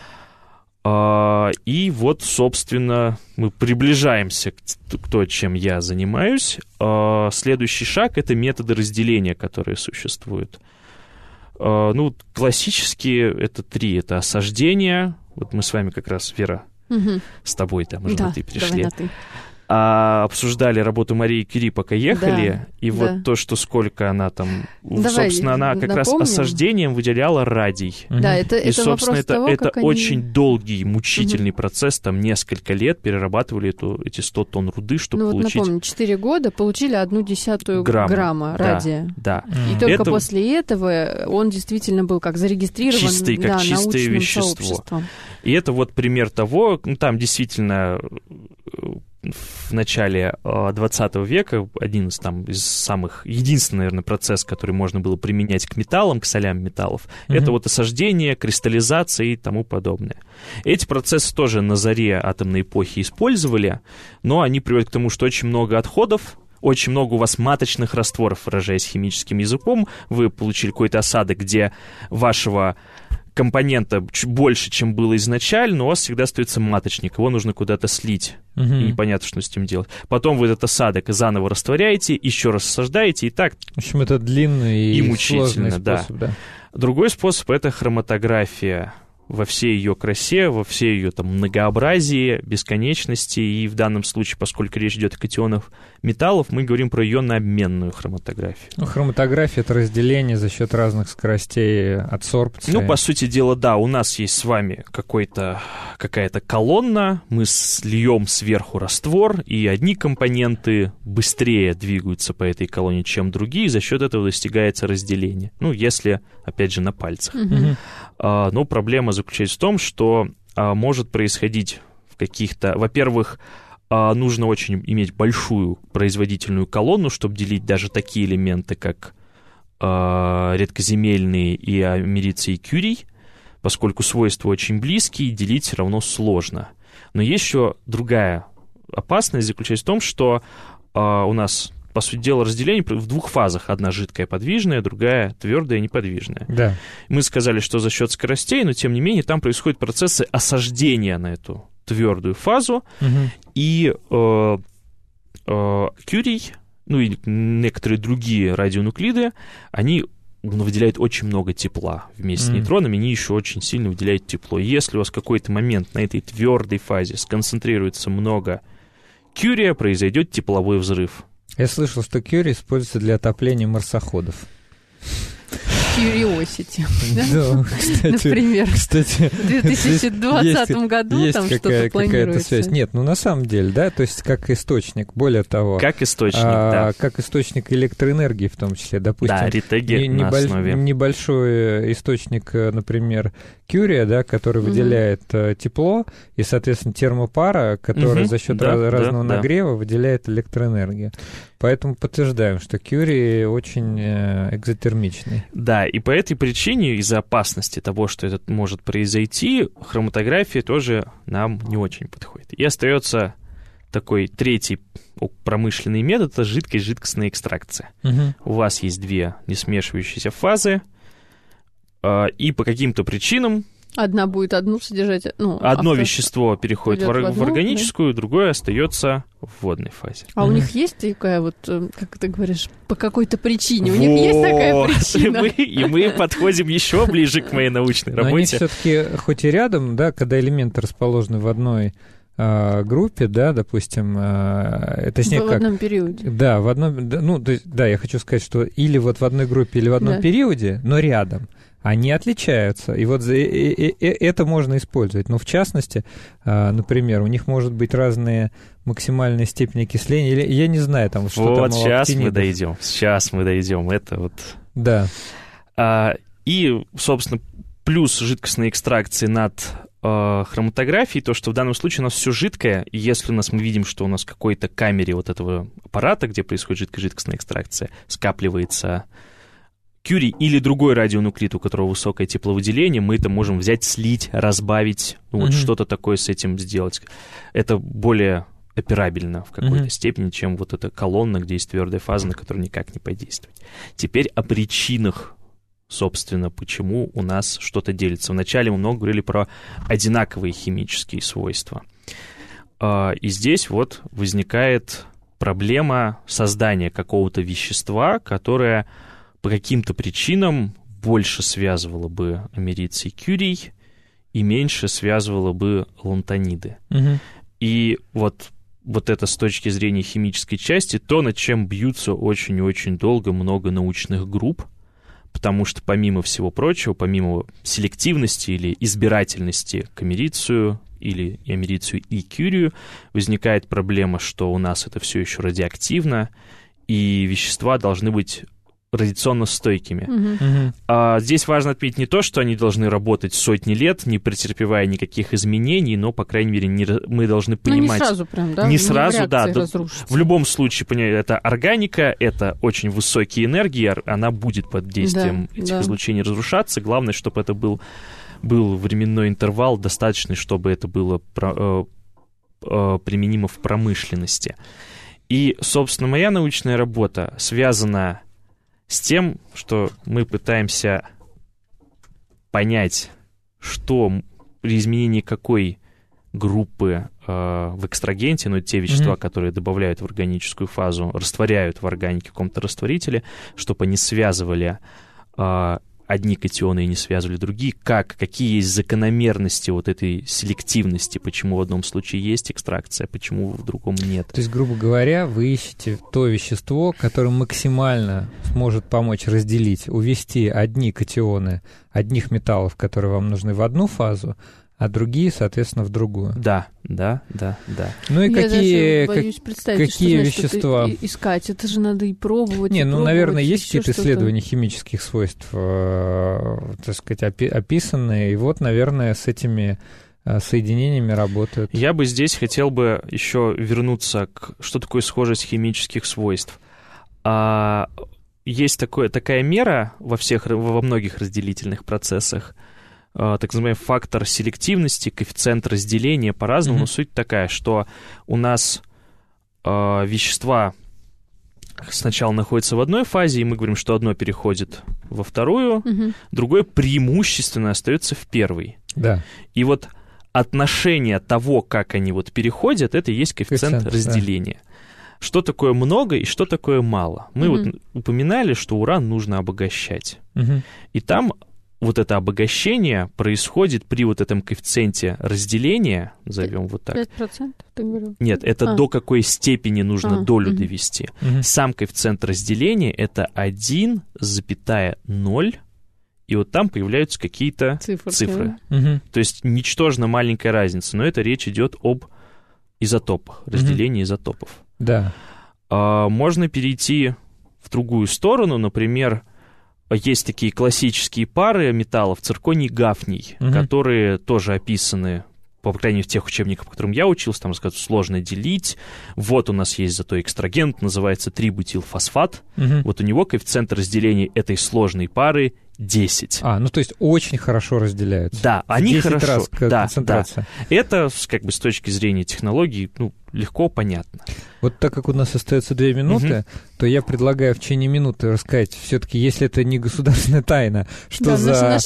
[SPEAKER 4] И вот, собственно, мы приближаемся к тому, чем я занимаюсь. Следующий шаг — это методы разделения, которые существуют. Классические это 3. Это осаждение. Вот мы с вами как раз, Вера, с тобой там уже на «ты» перешли. Обсуждали работу Марии Кюри, пока ехали, вот то, что сколько она там... собственно, она как раз осаждением выделяла радий.
[SPEAKER 3] Да, это
[SPEAKER 4] собственно,
[SPEAKER 3] вопрос
[SPEAKER 4] это очень долгий, мучительный процесс, там несколько лет перерабатывали эти 100 тонн руды, чтобы получить...
[SPEAKER 3] напомню, 4 года получили 1/10 грамма радия.
[SPEAKER 4] Да.
[SPEAKER 3] И только после этого он действительно был как зарегистрирован
[SPEAKER 4] чистое вещество.
[SPEAKER 3] Сообществом.
[SPEAKER 4] И это вот пример того, там действительно... В начале 20 века один из самых, единственный, наверное, процесс, который можно было применять к металлам, к солям металлов, это вот осаждение, кристаллизация и тому подобное. Эти процессы тоже на заре атомной эпохи использовали, но они приводят к тому, что очень много отходов, очень много у вас маточных растворов, выражаясь химическим языком, вы получили какой-то осадок, где вашего компонента больше, чем было изначально, но у вас всегда остается маточник, его нужно куда-то слить, и непонятно, что с этим делать. Потом вы этот осадок заново растворяете, еще раз осаждаете, и так...
[SPEAKER 2] В общем, это длинный и
[SPEAKER 4] мучительно,
[SPEAKER 2] сложный способ, да.
[SPEAKER 4] Другой способ — это хроматография. во всей ее красе, во всей ее там многообразии, бесконечности, и в данном случае, поскольку речь идет о катионах металлов, мы говорим про ионно-обменную хроматографию.
[SPEAKER 2] Ну, хроматография — это разделение за счет разных скоростей адсорбции.
[SPEAKER 4] Ну, по сути дела, да, у нас есть с вами какая-то колонна, мы льем сверху раствор, и одни компоненты быстрее двигаются по этой колонне, чем другие, за счет этого достигается разделение. Ну, если, опять же, на пальцах. Но проблема заключается в том, что может происходить в каких-то... Во-первых, нужно очень иметь большую производительную колонну, чтобы делить даже такие элементы, как редкоземельные и америций и кюрий, поскольку свойства очень близкие, делить все равно сложно. Но есть еще другая опасность, заключается в том, что у нас, по сути дела, разделение в двух фазах. Одна жидкая подвижная, другая твердая неподвижная.
[SPEAKER 2] Да.
[SPEAKER 4] Мы сказали, что за счет скоростей, но тем не менее там происходят процессы осаждения на эту твердую фазу, и кюрий, ну и некоторые другие радионуклиды, они выделяют очень много тепла вместе с нейтронами, они еще очень сильно выделяют тепло. Если у вас в какой-то момент на этой твердой фазе сконцентрируется много кюрия, произойдет тепловой взрыв.
[SPEAKER 2] Я слышал, что кюрий используется для отопления марсоходов.
[SPEAKER 3] Curiosity,
[SPEAKER 2] да? Кстати,
[SPEAKER 3] например, в 2020 году
[SPEAKER 2] есть
[SPEAKER 3] там что-то планируется.
[SPEAKER 2] Какая-то связь. Нет, ну на самом деле, да, то есть как источник, более того...
[SPEAKER 4] Как источник, да.
[SPEAKER 2] Как источник электроэнергии в том числе, допустим.
[SPEAKER 4] Да, ретеги на основе.
[SPEAKER 2] Небольшой источник, например, кюрия, да, который выделяет тепло, и, соответственно, термопара, который за счет разного нагрева выделяет электроэнергию. Поэтому подтверждаем, что кюрий очень экзотермичный.
[SPEAKER 4] Да, и по этой причине, из-за опасности того, что это может произойти, хроматография тоже нам не очень подходит. И остается такой третий промышленный метод — это жидкостная экстракция. У вас есть две несмешивающиеся фазы, и по каким-то причинам
[SPEAKER 3] одна будет одну содержать...
[SPEAKER 4] одно вещество переходит в органическую, другое остается в водной фазе.
[SPEAKER 3] А у них есть такая вот, как ты говоришь, по какой-то причине? У них есть такая причина?
[SPEAKER 4] И мы подходим еще ближе к моей научной работе.
[SPEAKER 2] Но они все-таки хоть и рядом, да, когда элементы расположены в одной группе, да, допустим, точнее
[SPEAKER 3] в одном периоде.
[SPEAKER 2] Да, в одном... Ну, да, я хочу сказать, что или вот в одной группе, или в одном периоде, но рядом. Они отличаются, и вот это можно использовать. Но в частности, например, у них может быть разные максимальные степени окисления, или я не знаю, там что там.
[SPEAKER 4] Вот сейчас мы дойдем, это вот...
[SPEAKER 2] Да.
[SPEAKER 4] И, собственно, плюс жидкостной экстракции над хроматографией, то, что в данном случае у нас все жидкое, и если мы видим, что у нас в какой-то камере вот этого аппарата, где происходит жидкостная экстракция, скапливается кюрий или другой радионуклид, у которого высокое тепловыделение, мы это можем взять, слить, разбавить, вот что-то такое с этим сделать. Это более операбельно в какой-то степени, чем вот эта колонна, где есть твердая фаза, на которую никак не подействовать. Теперь о причинах, собственно, почему у нас что-то делится. Вначале мы много говорили про одинаковые химические свойства. И здесь вот возникает проблема создания какого-то вещества, которое по каким-то причинам больше связывало бы америций и кюрий и меньше связывало бы лантаниды. И вот это с точки зрения химической части, то, над чем бьются очень и очень долго много научных групп, потому что, помимо всего прочего, помимо селективности или избирательности к америцию или америцию и кюрию, возникает проблема, что у нас это все еще радиоактивно, и вещества должны быть радиационно стойкими. Здесь важно отметить не то, что они должны работать сотни лет, не претерпевая никаких изменений, но, по крайней мере, мы должны понимать...
[SPEAKER 3] не сразу прям, да?
[SPEAKER 4] Не сразу, да. В любом случае, это органика, это очень высокие энергии, она будет под действием этих излучений разрушаться. Главное, чтобы это был временной интервал достаточный, чтобы это было применимо в промышленности. И, собственно, моя научная работа связана с тем, что мы пытаемся понять, что при изменении какой группы в экстрагенте, те вещества, которые добавляют в органическую фазу, растворяют в органике в каком-то растворителе, чтобы они связывали одни катионы и не связывали другие, какие есть закономерности вот этой селективности, почему в одном случае есть экстракция, почему в другом нет.
[SPEAKER 2] То есть, грубо говоря, вы ищете то вещество, которое максимально сможет помочь разделить, увести одни катионы одних металлов, которые вам нужны, в одну фазу, а другие, соответственно, в другую.
[SPEAKER 4] Да.
[SPEAKER 2] Ну и
[SPEAKER 3] я
[SPEAKER 2] какие,
[SPEAKER 3] даже боюсь представить,
[SPEAKER 2] какие
[SPEAKER 3] что значит
[SPEAKER 2] вещества?
[SPEAKER 3] Искать, это же надо и пробовать.
[SPEAKER 2] Не,
[SPEAKER 3] и
[SPEAKER 2] ну,
[SPEAKER 3] пробовать,
[SPEAKER 2] наверное, есть какие-то
[SPEAKER 3] что-то.
[SPEAKER 2] исследования химических свойств, так сказать, описанные, и вот, наверное, с этими соединениями работают.
[SPEAKER 4] Я бы здесь хотел бы еще вернуться к что такое схожесть химических свойств. Есть такая мера во многих разделительных процессах, так называемый фактор селективности, коэффициент разделения по-разному, но суть такая, что у нас вещества сначала находятся в одной фазе, и мы говорим, что одно переходит во вторую, другое преимущественно остается в первой.
[SPEAKER 2] Да.
[SPEAKER 4] И вот отношение того, как они вот переходят, это и есть коэффициент разделения. Да. Что такое много и что такое мало? Мы вот упоминали, что уран нужно обогащать. И там вот это обогащение происходит при вот этом коэффициенте разделения, назовем вот так.
[SPEAKER 3] 5%, ты говорил?
[SPEAKER 4] Нет, это до какой степени нужно долю довести. Сам коэффициент разделения — это 1,0, и вот там появляются какие-то цифры. То есть ничтожно маленькая разница, но это речь идет об изотопах, разделении изотопов.
[SPEAKER 2] Да.
[SPEAKER 4] Можно перейти в другую сторону, например, есть такие классические пары металлов цирконий и гафний, которые тоже описаны, по крайней мере, в тех учебниках, по которым я учился, там рассказывают, сложно делить. Вот у нас есть зато экстрагент, называется трибутилфосфат. Вот у него коэффициент разделения этой сложной пары 10.
[SPEAKER 2] Ну то есть очень хорошо разделяются.
[SPEAKER 4] Да, они
[SPEAKER 2] 10
[SPEAKER 4] хорошо.
[SPEAKER 2] Раз концентрация.
[SPEAKER 4] Да. Это, как бы, с точки зрения технологий, легко понятно.
[SPEAKER 2] Вот так как у нас остается 2 минуты, то я предлагаю в течение минуты рассказать, все-таки, если это не государственная тайна, что за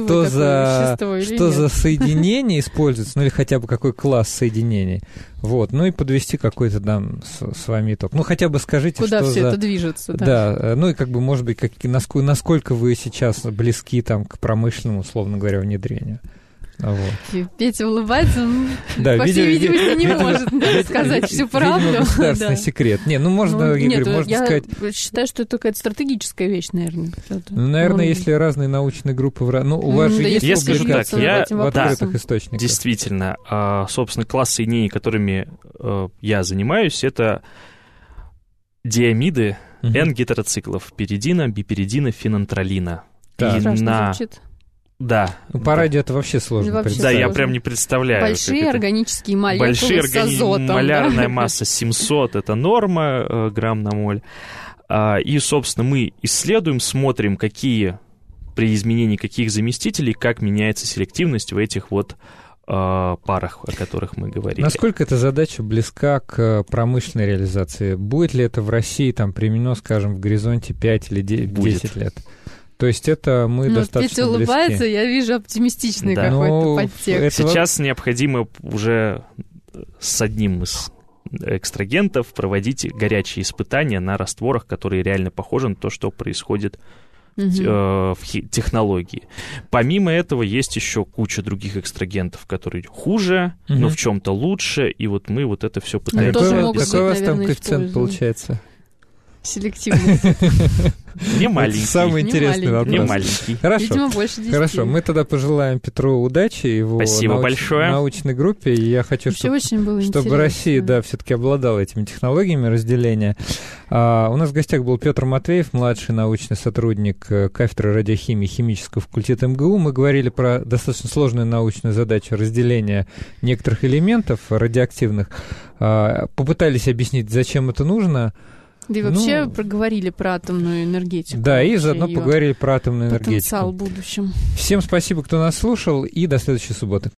[SPEAKER 2] соединение используется, ну или хотя бы какой класс соединений. Вот, ну и подвести какой-то там с вами итог. Ну хотя бы скажите,
[SPEAKER 3] куда
[SPEAKER 2] что
[SPEAKER 3] все это движется.
[SPEAKER 2] Да, ну и как бы, может быть, насколько вы сейчас близки там к промышленному, условно говоря, внедрению. Вот.
[SPEAKER 3] Петя улыбается, по всей видимости, не может сказать всю правду.
[SPEAKER 2] Видимо, государственный секрет. Не, можно, Игорь, можно сказать...
[SPEAKER 3] Я считаю, что это какая-то стратегическая вещь, наверное.
[SPEAKER 2] Наверное, если разные научные группы... у вас же есть публикации в открытых источниках?
[SPEAKER 4] Действительно, собственно, класс соединений, которыми я занимаюсь, это диамиды N-гетероциклов пиридина, биперидина, фенантралина.
[SPEAKER 3] Страшно звучит.
[SPEAKER 4] Да.
[SPEAKER 2] По радио это вообще сложно представить.
[SPEAKER 4] Да, я прям не представляю.
[SPEAKER 3] Большие органические молекулы с азотом.
[SPEAKER 4] Малярная масса 700 — это норма грамм на моль. И, собственно, мы исследуем, смотрим, при изменении каких заместителей, как меняется селективность в этих вот парах, о которых мы говорили.
[SPEAKER 2] Насколько эта задача близка к промышленной реализации? Будет ли это в России применено, скажем, в горизонте 5 или 10 лет? То есть это мы достаточно
[SPEAKER 3] Петя улыбается, я вижу оптимистичный какой-то подтекст.
[SPEAKER 4] Сейчас необходимо уже с одним из экстрагентов проводить горячие испытания на растворах, которые реально похожи на то, что происходит в технологии. Помимо этого есть еще куча других экстрагентов, которые хуже, но в чем-то лучше, и вот мы вот это все пытаемся.
[SPEAKER 2] Какой у вас там коэффициент получается?
[SPEAKER 3] Селективность.
[SPEAKER 4] Не маленький.
[SPEAKER 2] Самый интересный вопрос.
[SPEAKER 4] Не маленький.
[SPEAKER 2] Хорошо.
[SPEAKER 3] Видимо, больше 10.
[SPEAKER 2] Хорошо, мы тогда пожелаем Петру удачи и его научной группе. И я хочу, чтобы Россия, все-таки обладала этими технологиями разделения. У нас в гостях был Петр Матвеев, младший научный сотрудник кафедры радиохимии химического факультета МГУ. Мы говорили про достаточно сложную научную задачу разделения некоторых элементов радиоактивных. Попытались объяснить, зачем это нужно.
[SPEAKER 3] Да и вообще проговорили про атомную энергетику.
[SPEAKER 2] Да, и заодно поговорили про атомную энергетику.
[SPEAKER 3] Потенциал в будущем.
[SPEAKER 2] Всем спасибо, кто нас слушал, и до следующей субботы.